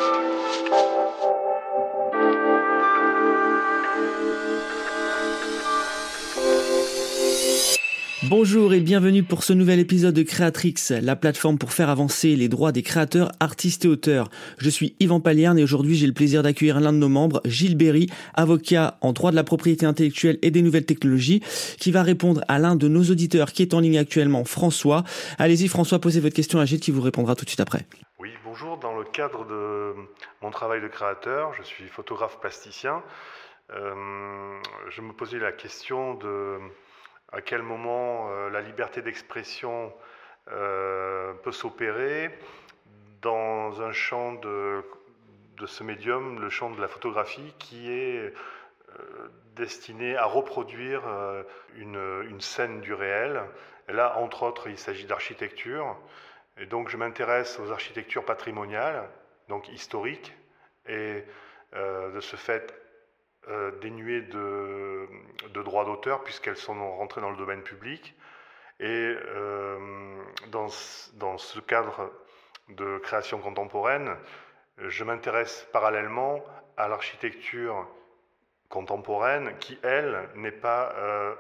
Bonjour et bienvenue pour ce nouvel épisode de Créatrix, la plateforme pour faire avancer les droits des créateurs, artistes et auteurs. Je suis Yvan Palierne et aujourd'hui j'ai le plaisir d'accueillir l'un de nos membres, Gilles Berry, avocat en droit de la propriété intellectuelle et des nouvelles technologies, qui va répondre à l'un de nos auditeurs qui est en ligne actuellement, François. Allez-y François, posez votre question à Gilles qui vous répondra tout de suite après. Oui, bonjour. Dans le cadre de mon travail de créateur, je suis photographe plasticien. Je me posais la question de à quel moment la liberté d'expression peut s'opérer dans un champ de ce médium, le champ de la photographie, qui est destiné à reproduire une scène du réel. Et là, entre autres, il s'agit d'architecture. Et donc, je m'intéresse aux architectures patrimoniales, donc historiques, et de ce fait, dénuées de droits d'auteur puisqu'elles sont rentrées dans le domaine public. Et dans ce cadre de création contemporaine, je m'intéresse parallèlement à l'architecture contemporaine qui, elle, n'est pas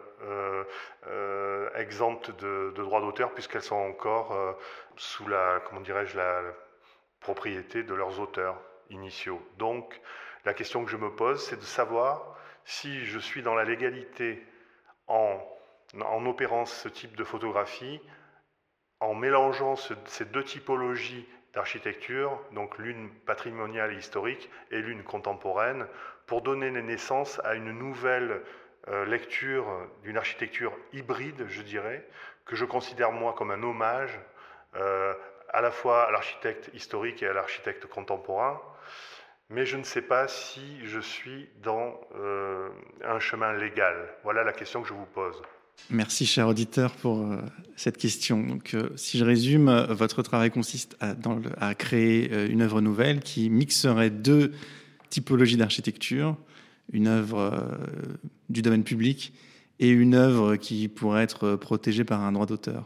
exempte de droits d'auteur puisqu'elles sont encore sous la propriété de leurs auteurs initiaux. Donc, la question que je me pose, c'est de savoir si je suis dans la légalité en opérant ce type de photographie, en mélangeant ces deux typologies d'architecture, donc l'une patrimoniale et historique et l'une contemporaine, pour donner naissance à une nouvelle lecture d'une architecture hybride, je dirais, que je considère moi comme un hommage à la fois à l'architecte historique et à l'architecte contemporain. Mais je ne sais pas si je suis dans un chemin légal. Voilà la question que je vous pose. Merci, cher auditeur, pour cette question. Donc, si je résume, votre travail consiste à créer une œuvre nouvelle qui mixerait deux typologies d'architecture, une œuvre du domaine public et une œuvre qui pourrait être protégée par un droit d'auteur.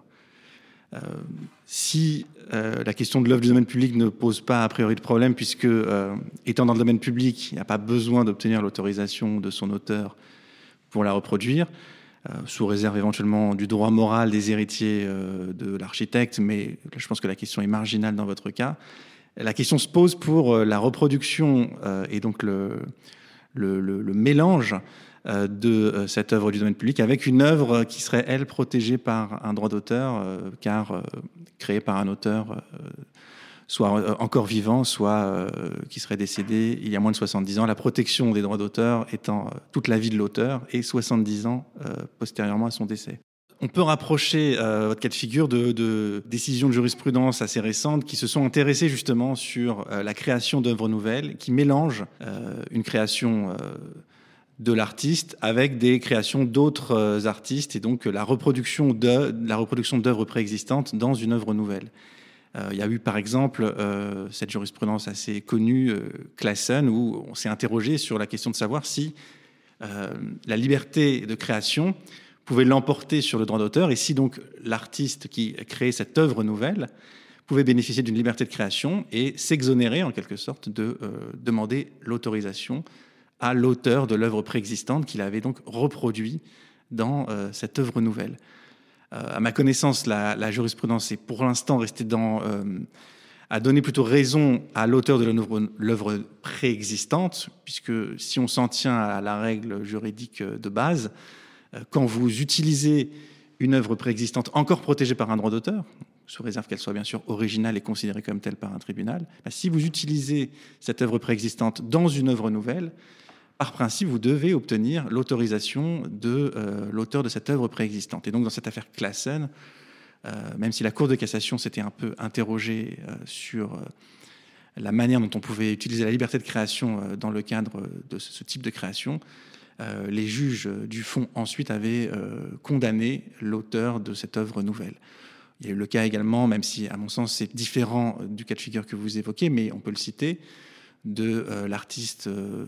Si la question de l'œuvre du domaine public ne pose pas a priori de problème, puisque étant dans le domaine public, il n'y a pas besoin d'obtenir l'autorisation de son auteur pour la reproduire, sous réserve éventuellement du droit moral des héritiers de l'architecte, mais je pense que la question est marginale dans votre cas. La question se pose pour la reproduction et donc le mélange de cette œuvre du domaine public avec une œuvre qui serait, elle, protégée par un droit d'auteur, car créée par un auteur soit encore vivant, soit qui serait décédé il y a moins de 70 ans. La protection des droits d'auteur étant toute la vie de l'auteur et 70 ans postérieurement à son décès. On peut rapprocher votre cas de figure de décisions de jurisprudence assez récentes qui se sont intéressées justement sur la création d'œuvres nouvelles qui mélangent une création de l'artiste avec des créations d'autres artistes et donc la reproduction d'œuvres préexistantes dans une œuvre nouvelle. Il y a eu par exemple cette jurisprudence assez connue, Classen, où on s'est interrogé sur la question de savoir si la liberté de création pouvait l'emporter sur le droit d'auteur et si donc l'artiste qui créait cette œuvre nouvelle pouvait bénéficier d'une liberté de création et s'exonérer en quelque sorte de demander l'autorisation à l'auteur de l'œuvre préexistante qu'il avait donc reproduit dans cette œuvre nouvelle. À ma connaissance, la jurisprudence est pour l'instant restée à donner plutôt raison à l'auteur de l'œuvre préexistante, puisque si on s'en tient à la règle juridique de base, quand vous utilisez une œuvre préexistante encore protégée par un droit d'auteur, sous réserve qu'elle soit bien sûr originale et considérée comme telle par un tribunal, si vous utilisez cette œuvre préexistante dans une œuvre nouvelle, par principe, vous devez obtenir l'autorisation de l'auteur de cette œuvre préexistante. Et donc, dans cette affaire Classen, même si la Cour de cassation s'était un peu interrogée sur la manière dont on pouvait utiliser la liberté de création dans le cadre de ce type de création, les juges du fond ensuite avaient condamné l'auteur de cette œuvre nouvelle. Il y a eu le cas également, même si à mon sens c'est différent du cas de figure que vous évoquez, mais on peut le citer, de l'artiste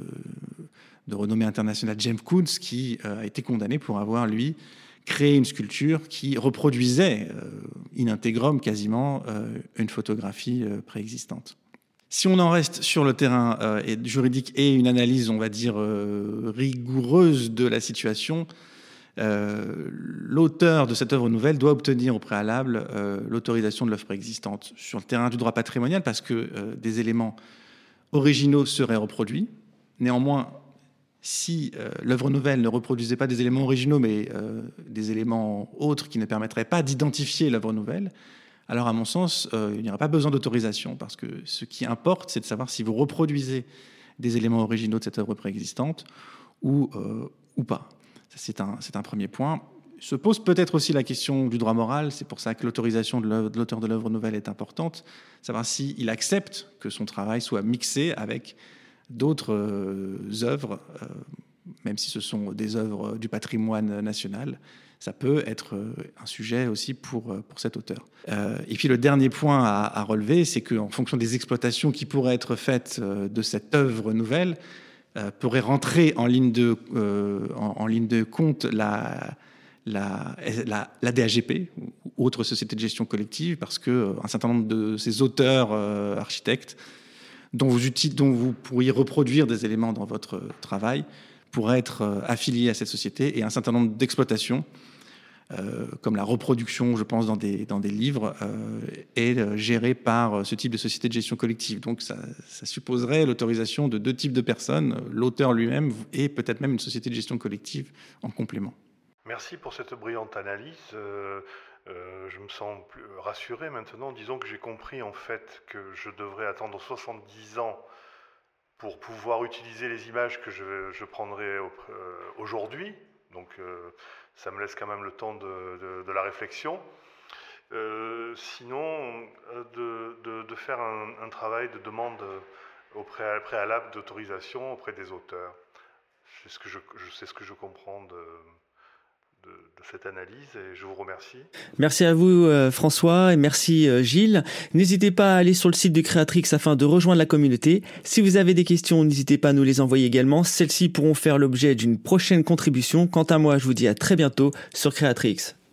de renommée internationale James Koons, qui a été condamné pour avoir, lui, créé une sculpture qui reproduisait in integrum quasiment une photographie préexistante. Si on en reste sur le terrain juridique et une analyse, on va dire, rigoureuse de la situation, l'auteur de cette œuvre nouvelle doit obtenir au préalable l'autorisation de l'œuvre préexistante sur le terrain du droit patrimonial parce que des éléments originaux seraient reproduits. Néanmoins, si l'œuvre nouvelle ne reproduisait pas des éléments originaux mais des éléments autres qui ne permettraient pas d'identifier l'œuvre nouvelle, alors à mon sens, il n'y aura pas besoin d'autorisation parce que ce qui importe, c'est de savoir si vous reproduisez des éléments originaux de cette œuvre préexistante ou pas. C'est un premier point. Se pose peut-être aussi la question du droit moral. C'est pour ça que l'autorisation de l'auteur de l'œuvre nouvelle est importante. Savoir s'il accepte que son travail soit mixé avec d'autres œuvres, même si ce sont des œuvres du patrimoine national. Ça peut être un sujet aussi pour cet auteur. Et puis le dernier point à relever, c'est qu'en fonction des exploitations qui pourraient être faites de cette œuvre nouvelle, pourrait rentrer en ligne de compte la DAGP, ou autre société de gestion collective, parce qu'un certain nombre de ces auteurs architectes dont vous pourriez reproduire des éléments dans votre travail pourraient être affiliés à cette société, et un certain nombre d'exploitations, comme la reproduction, je pense, dans des livres, est gérée par ce type de société de gestion collective. Donc ça supposerait l'autorisation de deux types de personnes, l'auteur lui-même et peut-être même une société de gestion collective en complément. Merci pour cette brillante analyse. Je me sens plus rassuré maintenant. Disons que j'ai compris en fait que je devrais attendre 70 ans pour pouvoir utiliser les images que je prendrai aujourd'hui. Donc ça me laisse quand même le temps de la réflexion. Sinon, de faire un travail de demande au préalable d'autorisation auprès des auteurs. C'est ce que je comprends de cette analyse et je vous remercie. Merci à vous François et merci Gilles. N'hésitez pas à aller sur le site de Créatrix afin de rejoindre la communauté. Si vous avez des questions, n'hésitez pas à nous les envoyer également. Celles-ci pourront faire l'objet d'une prochaine contribution. Quant à moi, je vous dis à très bientôt sur Créatrix.